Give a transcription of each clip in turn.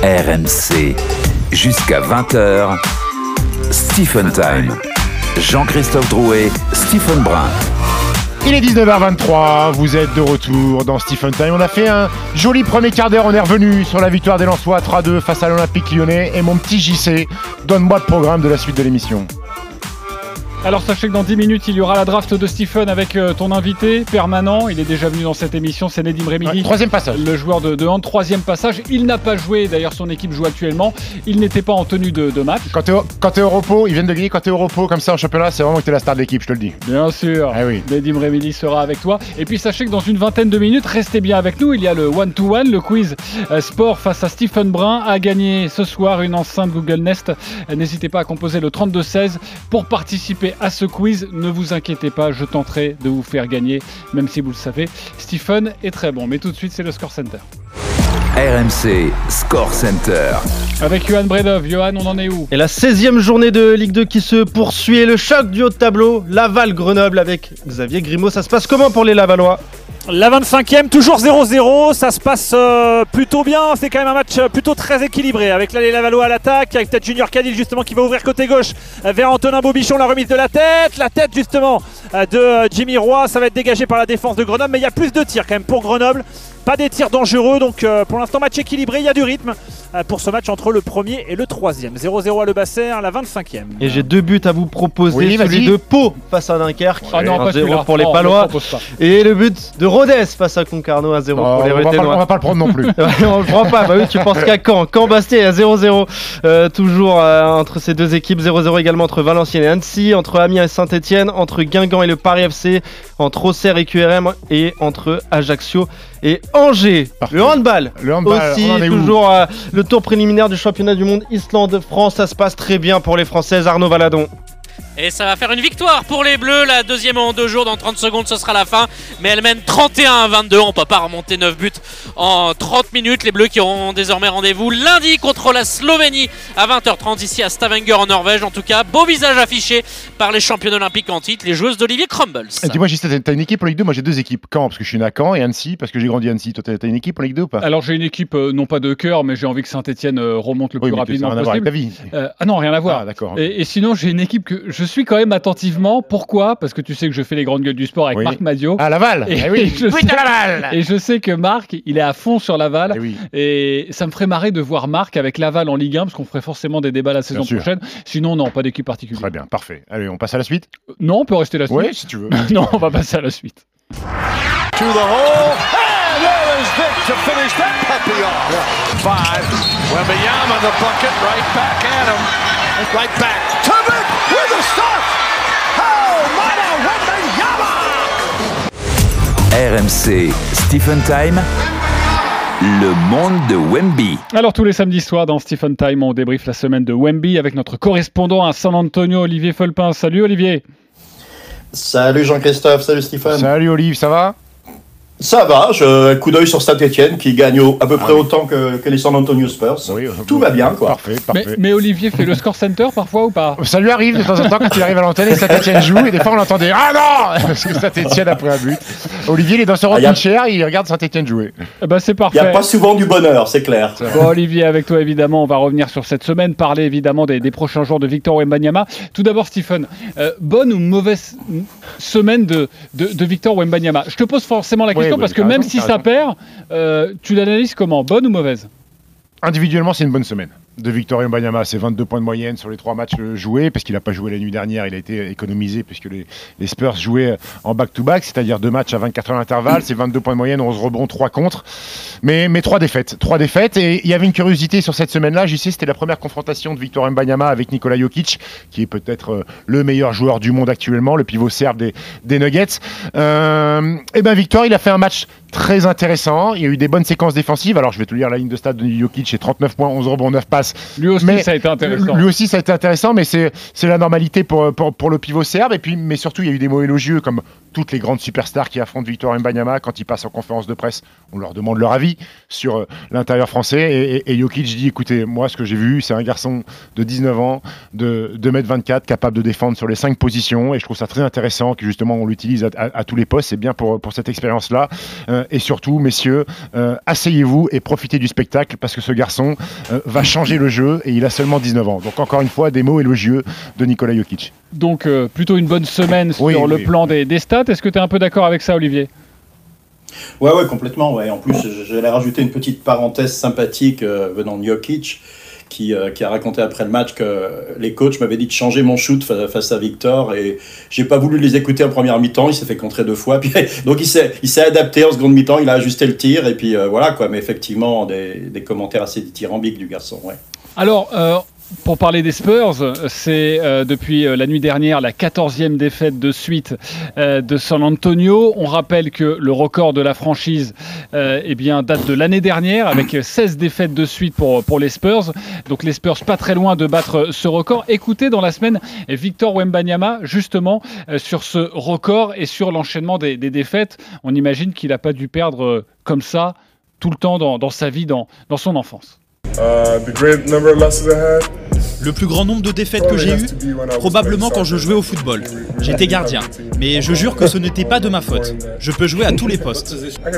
RMC, jusqu'à 20h, Stephen Time. Jean-Christophe Drouet, Stephen Brun. Il est 19h23, vous êtes de retour dans Stephen Time. On a fait un joli premier quart d'heure, on est revenu sur la victoire des Lensois 3-2 face à l'Olympique Lyonnais. Et mon petit JC, donne-moi le programme de la suite de l'émission. Alors sachez que dans 10 minutes, il y aura la draft de Stephen avec ton invité permanent. Il est déjà venu dans cette émission, c'est Nedim Remili. Ouais, troisième passage. Le joueur de hand, troisième passage. Il n'a pas joué, d'ailleurs son équipe joue actuellement. Il n'était pas en tenue de match. Quand t'es au repos, ils viennent de gagner, quand t'es au repos comme ça en championnat, c'est vraiment que t'es la star de l'équipe, je te le dis. Bien sûr, ah oui. Nedim Remili sera avec toi. Et puis sachez que dans une vingtaine de minutes, restez bien avec nous. Il y a le one-to-one, le quiz sport face à Stephen Brun. À gagner ce soir une enceinte Google Nest. N'hésitez pas à composer le 32-16 pour participer à ce quiz. Ne vous inquiétez pas, je tenterai de vous faire gagner, même si vous le savez, Stephen est très bon. Mais tout de suite, c'est le Score Center. RMC Score Center. Avec Johan Bredov. Johan, on en est où? Et la 16e journée de Ligue 2 qui se poursuit et le choc du haut de tableau, Laval-Grenoble avec Xavier Grimaud. Ça se passe comment pour les Lavallois? La 25e, toujours 0-0, ça se passe plutôt bien, c'est quand même un match plutôt très équilibré avec les Lavallois à l'attaque, avec peut-être Junior Cadil justement qui va ouvrir côté gauche vers Antonin Bobichon, la remise de la tête justement de Jimmy Roy, ça va être dégagé par la défense de Grenoble, mais il y a plus de tirs quand même pour Grenoble. Pas des tirs dangereux, donc pour l'instant match équilibré, il y a du rythme pour ce match entre le premier et le troisième. 0-0 à Le Basser, la 25e. Et j'ai deux buts à vous proposer, oui, celui de Pau face à Dunkerque, Ah non, pas 0 pour les Palois, et le but de Rodez face à Concarneau, 1-0 pour les Ruténois. On va pas le prendre non plus. On le prend pas, bah oui, tu penses qu'à Caen. Caen-Bastia à 0-0, toujours entre ces deux équipes, 0-0 également entre Valenciennes et Annecy, entre Amiens et Saint-Etienne, entre Guingamp et le Paris FC, entre Auxerre et QRM et entre Ajaccio et Angers. Parfait. Le handball aussi, on en est toujours le tour préliminaire du championnat du monde Islande-France, ça se passe très bien pour les Françaises. Arnaud Valadon. Et ça va faire une victoire pour les Bleus, la deuxième en 2 jours, dans 30 secondes ce sera la fin. Mais elle mène 31-22, on peut pas remonter 9 buts en 30 minutes. Les Bleus qui auront désormais rendez-vous lundi contre la Slovénie à 20h30 ici à Stavanger en Norvège. En tout cas, beau visage affiché par les championnes olympiques en titre, les joueuses d'Olivier Crumbles. Et dis-moi, t'as une équipe en Ligue 2? Moi j'ai deux équipes. Caen, parce que je suis né à Caen, et Annecy, parce que j'ai grandi à Annecy. Toi, t'as une équipe en Ligue 2 ou pas? Alors j'ai une équipe, non pas de cœur, mais j'ai envie que Saint-Etienne remonte le plus rapidement ça n'a rien à voir avec possible. ta vie. Ah non, rien à voir. Ah, d'accord. Et sinon, j'ai une équipe que je suis quand même attentivement. Pourquoi? Parce que tu sais que je fais les grandes gueules du sport avec Marc Madio. Ah, Laval. Et, oui, je sais, Laval. et je sais que Marc, il est à fond sur Laval. Oui. Et ça me ferait marrer de voir Marc avec Laval en Ligue 1, parce qu'on ferait forcément des débats la saison prochaine. Sinon, non, pas d'équipe particulière. Très bien, parfait. Allez, on passe à la suite? Non, on peut rester la suite. Oui, si tu veux. Non, on va passer à la suite. To the hole, and there is Vic to finish that puppy off. 5, Wembanyama the bucket, right back at him, right back to Vic with a stop. Oh, Mana Wembanyama! RMC Stephen Time. Le monde de Wemby. Alors tous les samedis soirs dans Stephen Time, on débriefe la semaine de Wemby avec notre correspondant à San Antonio, Olivier Folpin. Salut Olivier. Salut Jean-Christophe, salut Stephen. Salut Olive, ça va? Ça va, un coup d'œil sur Saint-Etienne qui gagne à peu près autant que les San Antonio Spurs. Oui, tout va bien, quoi. Parfait. Mais Olivier fait le Score Center parfois ou pas? Ça lui arrive de temps en temps quand il arrive à l'antenne et Saint-Etienne joue, et des fois on l'entendait. Ah non! Parce que Saint-Etienne a pris un but. Olivier, il est dans son rocking chair, il regarde Saint-Etienne jouer. Bah c'est parfait. Il n'y a pas souvent du bonheur, c'est clair. Bon Olivier, avec toi évidemment, on va revenir sur cette semaine, parler évidemment des prochains jours de Victor Wembanyama. Tout d'abord Stephen, bonne ou mauvaise semaine de Victor Wembanyama? Je te pose forcément la question parce que même si ça perd, tu l'analyses comment? Bonne ou mauvaise? Individuellement, c'est une bonne semaine de Victor Wembanyama. C'est 22 points de moyenne sur les 3 matchs joués, parce qu'il n'a pas joué la nuit dernière, il a été économisé puisque les Spurs jouaient en back-to-back, c'est-à-dire 2 matchs à 24 heures d'intervalle. C'est 22 points de moyenne, 11 rebonds, 3 contre. Mais 3 défaites. 3 défaites. Et il y avait une curiosité sur cette semaine-là. Je sais, c'était la première confrontation de Victor Wembanyama avec Nikola Jokic, qui est peut-être le meilleur joueur du monde actuellement, le pivot serbe des Nuggets. Et ben Victor, il a fait un match très intéressant. Il y a eu des bonnes séquences défensives. Alors, je vais te lire la ligne de stats de Jokic. C'est 39 points, 11 rebonds, 9 passes. Lui aussi, ça a été intéressant. Lui aussi, ça a été intéressant, mais c'est la normalité pour le pivot serbe. Et puis, mais surtout, il y a eu des mots élogieux comme toutes les grandes superstars qui affrontent Victor Wembanyama, quand ils passent en conférence de presse, on leur demande leur avis sur l'intérieur français. Et Jokic dit, écoutez, moi, ce que j'ai vu, c'est un garçon de 19 ans, de 2m24, capable de défendre sur les 5 positions. Et je trouve ça très intéressant que justement on l'utilise à tous les postes. C'est bien pour cette expérience-là. Et surtout, messieurs, asseyez-vous et profitez du spectacle parce que ce garçon va changer le jeu et il a seulement 19 ans. Donc encore une fois, des mots élogieux de Nikola Jokic. Donc plutôt une bonne semaine sur le plan des stats. Est-ce que tu es un peu d'accord avec ça, Olivier ? Ouais, complètement. Ouais. En plus, j'allais rajouter une petite parenthèse sympathique venant de Jokic, qui a raconté après le match que les coachs m'avaient dit de changer mon shoot face à Victor et j'ai pas voulu les écouter en première mi-temps. Il s'est fait contrer 2 fois. Puis, donc il s'est adapté en seconde mi-temps. Il a ajusté le tir et puis voilà quoi. Mais effectivement, des commentaires assez dithyrambiques du garçon. Ouais. Alors. Pour parler des Spurs, c'est depuis la nuit dernière la 14e défaite de suite de San Antonio. On rappelle que le record de la franchise date de l'année dernière avec 16 défaites de suite pour les Spurs. Donc les Spurs pas très loin de battre ce record. Écoutez dans la semaine Victor Wembanyama justement sur ce record et sur l'enchaînement des défaites. On imagine qu'il n'a pas dû perdre comme ça tout le temps dans sa vie, dans son enfance. Le plus grand nombre de défaites que j'ai eues, probablement quand je jouais au football. J'étais gardien, mais je jure que ce n'était pas de ma faute. Je peux jouer à tous les postes.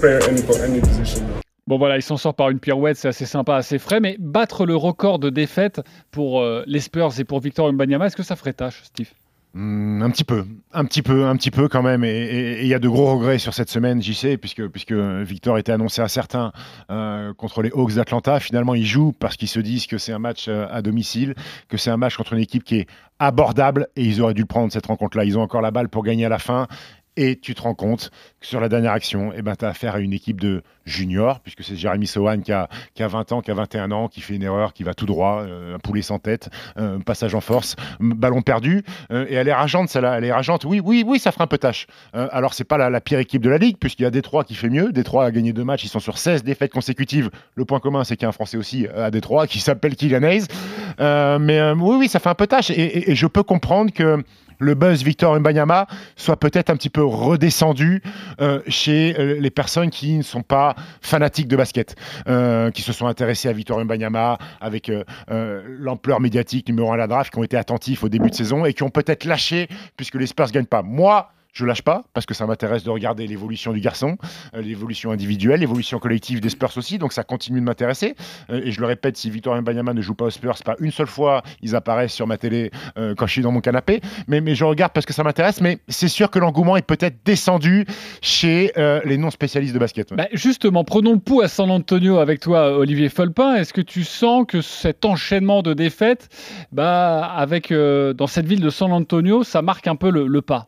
Bon voilà, il s'en sort par une pirouette, c'est assez sympa, assez frais, mais battre le record de défaites pour les Spurs et pour Victor Wembanyama, est-ce que ça ferait tâche, Steve ? Un petit peu quand même, et il y a de gros regrets sur cette semaine, j'y sais, puisque Victor était annoncé incertain contre les Hawks d'Atlanta. Finalement, ils jouent parce qu'ils se disent que c'est un match à domicile, que c'est un match contre une équipe qui est abordable, et ils auraient dû le prendre cette rencontre-là. Ils ont encore la balle pour gagner à la fin. Et tu te rends compte que sur la dernière action, tu as affaire à une équipe de juniors, puisque c'est Jeremy Sohan qui a 20 ans, qui a 21 ans, qui fait une erreur, qui va tout droit, un poulet sans tête, passage en force, ballon perdu. Et elle est rageante, celle-là. Elle est rageante. Oui, ça fera un peu tâche. Alors, c'est pas la pire équipe de la Ligue, puisqu'il y a Détroit qui fait mieux. Détroit a gagné 2 matchs. Ils sont sur 16 défaites consécutives. Le point commun, c'est qu'il y a un Français aussi à Détroit qui s'appelle Killian Hayes. Oui, ça fait un peu tâche. Et je peux comprendre que le buzz Victor Wembanyama soit peut-être un petit peu redescendu chez les personnes qui ne sont pas fanatiques de basket, qui se sont intéressés à Victor Wembanyama avec l'ampleur médiatique numéro 1 à la draft, qui ont été attentifs au début de saison et qui ont peut-être lâché puisque les Spurs ne gagnent pas. Moi, je lâche pas parce que ça m'intéresse de regarder l'évolution du garçon, l'évolution individuelle, l'évolution collective des Spurs aussi, donc ça continue de m'intéresser. Et je le répète, si Victor Wembanyama ne joue pas aux Spurs, pas une seule fois ils apparaissent sur ma télé quand je suis dans mon canapé, mais je regarde parce que ça m'intéresse. Mais c'est sûr que l'engouement est peut-être descendu chez les non spécialistes de basket. Bah justement, prenons le pouls à San Antonio avec toi, Olivier Folpin. Est-ce que tu sens que cet enchaînement de défaites, avec dans cette ville de San Antonio, ça marque un peu le pas?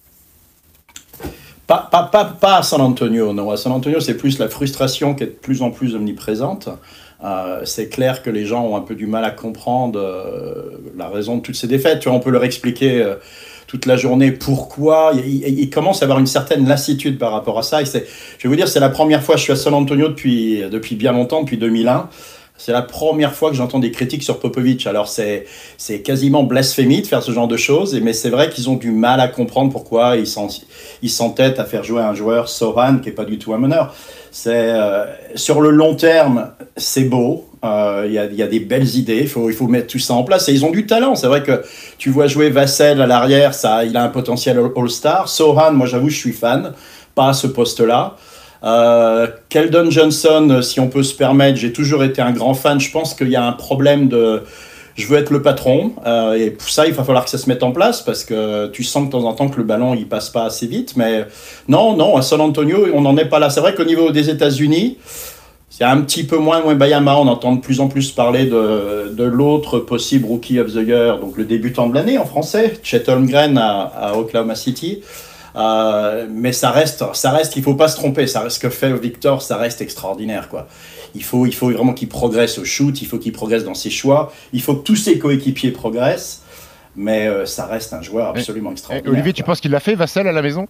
Pas à San Antonio, non. À San Antonio, c'est plus la frustration qui est de plus en plus omniprésente. C'est clair que les gens ont un peu du mal à comprendre la raison de toutes ces défaites. Tu vois, on peut leur expliquer toute la journée pourquoi. Ils commencent à avoir une certaine lassitude par rapport à ça. Et je vais vous dire, c'est la première fois que je suis à San Antonio depuis bien longtemps, depuis 2001. C'est la première fois que j'entends des critiques sur Popovich. Alors c'est quasiment blasphémie de faire ce genre de choses, mais c'est vrai qu'ils ont du mal à comprendre pourquoi ils s'entêtent à faire jouer un joueur Sohan qui est pas du tout un meneur. Sur le long terme, c'est beau. Il y a des belles idées. Il faut mettre tout ça en place. Et ils ont du talent. C'est vrai que tu vois jouer Vassell à l'arrière, il a un potentiel All-Star. Sohan, moi j'avoue, je suis fan. Pas à ce poste-là. Keldon Johnson, si on peut se permettre, j'ai toujours été un grand fan. Je pense qu'il y a un problème de je veux être le patron, et pour ça il va falloir que ça se mette en place parce que tu sens de temps en temps que le ballon il passe pas assez vite. Mais non, à San Antonio on n'en est pas là. C'est vrai qu'au niveau des États-Unis, c'est un petit peu moins Wembanyama. On entend de plus en plus parler de l'autre possible Rookie of the Year, donc le débutant de l'année en français, Chet Holmgren à Oklahoma City. Mais ça reste, il faut pas se tromper, ça reste ce que fait Victor, ça reste extraordinaire, quoi. Il faut vraiment qu'il progresse au shoot, il faut qu'il progresse dans ses choix, il faut que tous ses coéquipiers progressent, mais ça reste un joueur absolument extraordinaire. Olivier, tu penses qu'il l'a fait, Vassell, à la maison?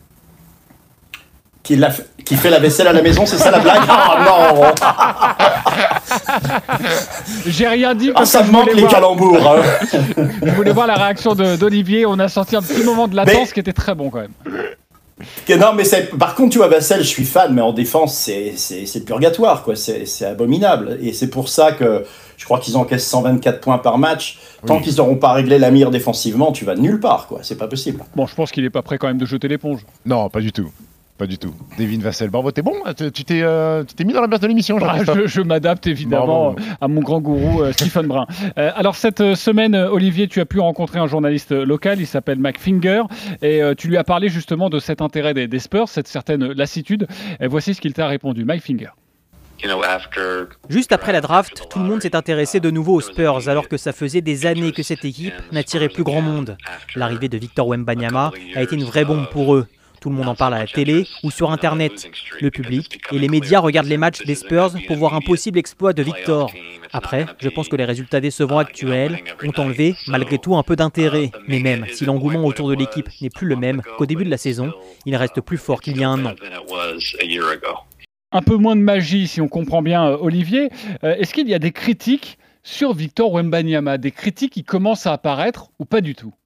Qui fait la vaisselle à la maison, c'est ça la blague? Oh non. J'ai rien dit. Ah, ça me manque les calembours. Hein. Je voulais voir la réaction d'Olivier. On a senti un petit moment de latence qui était très bon quand même. Non, mais par contre, tu vois, Vassell, je suis fan, mais en défense, c'est purgatoire, quoi. C'est abominable. Et c'est pour ça que je crois qu'ils encaissent 124 points par match. Tant qu'ils n'auront pas réglé la mire défensivement, tu vas nulle part, quoi. C'est pas possible. Bon, je pense qu'il est pas prêt quand même de jeter l'éponge. Non, pas du tout. Pas du tout. Devin Vassell, bravo, t'es bon. Tu t'es mis dans la base de l'émission. Je m'adapte évidemment à mon grand gourou Stephen Brun. Alors cette semaine, Olivier, tu as pu rencontrer un journaliste local, il s'appelle Mike Finger, et tu lui as parlé justement de cet intérêt des Spurs, cette certaine lassitude. Et voici ce qu'il t'a répondu, Mike Finger. Juste après la draft, tout le monde s'est intéressé de nouveau aux Spurs, alors que ça faisait des années que cette équipe n'attirait plus grand monde. L'arrivée de Victor Wembanyama a été une vraie bombe pour eux. Tout le monde en parle à la télé ou sur Internet. Le public et les médias regardent les matchs des Spurs pour voir un possible exploit de Victor. Après, je pense que les résultats décevants actuels ont enlevé, malgré tout, un peu d'intérêt. Mais même si l'engouement autour de l'équipe n'est plus le même qu'au début de la saison, il reste plus fort qu'il y a un an. Un peu moins de magie, si on comprend bien, Olivier. Est-ce qu'il y a des critiques sur Victor Wembanyama, des critiques qui commencent à apparaître ou pas du tout?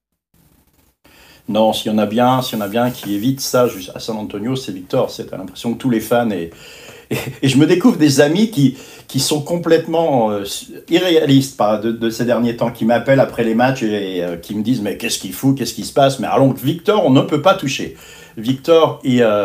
Non, s'il y en a bien qui évite ça à San Antonio, c'est Victor. T'as l'impression que tous les fans et je me découvre des amis qui sont complètement irréalistes de ces derniers temps, qui m'appellent après les matchs et qui me disent mais qu'est-ce qu'il fout, qu'est-ce qui se passe? Mais alors Victor, on ne peut pas toucher. Victor,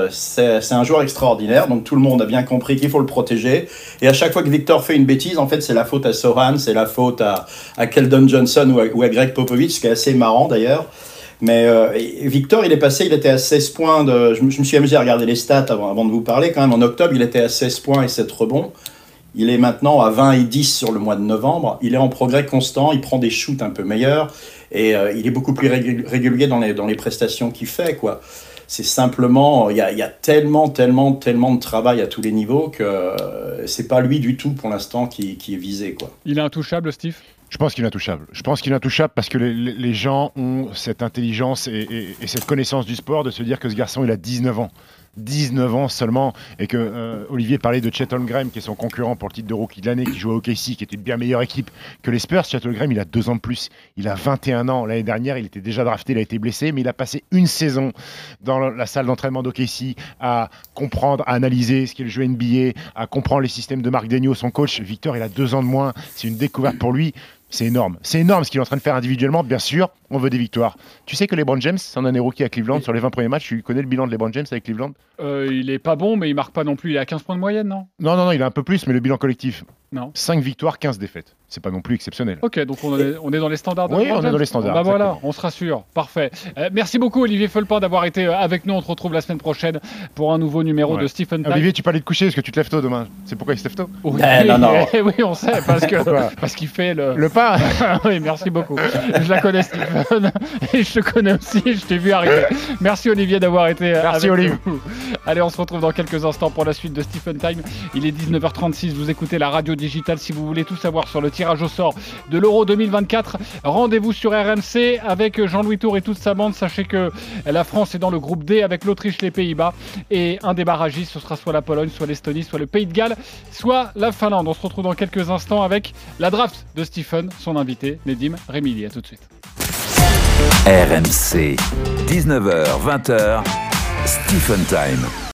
c'est un joueur extraordinaire, donc tout le monde a bien compris qu'il faut le protéger. Et à chaque fois que Victor fait une bêtise, en fait, c'est la faute à Sohan, c'est la faute à Keldon Johnson ou à Greg Popovich, ce qui est assez marrant d'ailleurs. Mais Victor, il était à 16 points. Je me suis amusé à regarder les stats avant de vous parler. Quand même, en octobre, il était à 16 points et 7 rebonds. Il est maintenant à 20 et 10 sur le mois de novembre. Il est en progrès constant. Il prend des shoots un peu meilleurs. Et il est beaucoup plus régulier dans les prestations qu'il fait, quoi. C'est simplement, il y a tellement de travail à tous les niveaux que c'est pas lui du tout pour l'instant qui est visé, quoi. Il est intouchable, Steve? Je pense qu'il est intouchable. Je pense qu'il est intouchable parce que les gens ont cette intelligence et cette connaissance du sport de se dire que ce garçon, il a 19 ans. 19 ans seulement, et que Olivier parlait de Chet Holmgren, qui est son concurrent pour le titre de rookie de l'année, qui joue à OKC, qui était une bien meilleure équipe que les Spurs. Chet Holmgren, il a 2 ans de plus, il a 21 ans. L'année dernière, il était déjà drafté, il a été blessé, mais il a passé une saison dans la salle d'entraînement d'OKC à comprendre, à analyser ce qu'est le jeu NBA, à comprendre les systèmes de Marc Daigneault, son coach. Victor, il a 2 ans de moins, c'est une découverte pour lui. C'est énorme ce qu'il est en train de faire individuellement. Bien sûr, on veut des victoires. Tu sais que LeBron James, c'en est un rookie à Cleveland sur les 20 premiers matchs. Tu connais le bilan de LeBron James avec Cleveland? Il est pas bon, mais il marque pas non plus. Il est à 15 points de moyenne, non? Non, il a un peu plus, mais le bilan collectif. Non. 5 victoires, 15 défaites. C'est pas non plus exceptionnel. Ok, donc on est dans les standards de Oui, on est dans les standards. Bah voilà, on se rassure. Parfait. Merci beaucoup, Olivier Felpin, d'avoir été avec nous. On te retrouve la semaine prochaine pour un nouveau numéro de Stephen Time. Olivier, tu parlais de coucher, est-ce que tu te lèves tôt demain? C'est pourquoi il se lève tôt? Oui, oui, on sait, parce qu'il fait le pas. Oui, merci beaucoup. Je la connais, Stephen, et je te connais aussi, je t'ai vu arriver. Merci, Olivier, d'avoir été avec nous. Allez, on se retrouve dans quelques instants pour la suite de Stephen Time. Il est 19h36, vous écoutez la radio digitale. Si vous voulez tout savoir sur le tirage au sort de l'Euro 2024, rendez-vous sur RMC avec Jean-Louis Tour et toute sa bande. Sachez que la France est dans le groupe D avec l'Autriche, les Pays-Bas, et un des barragistes, ce sera soit la Pologne, soit l'Estonie, soit le Pays de Galles, soit la Finlande. On se retrouve dans quelques instants avec la draft de Stephen, son invité, Nedim Remili. À tout de suite. RMC, 19h, 20h, Stephen Time.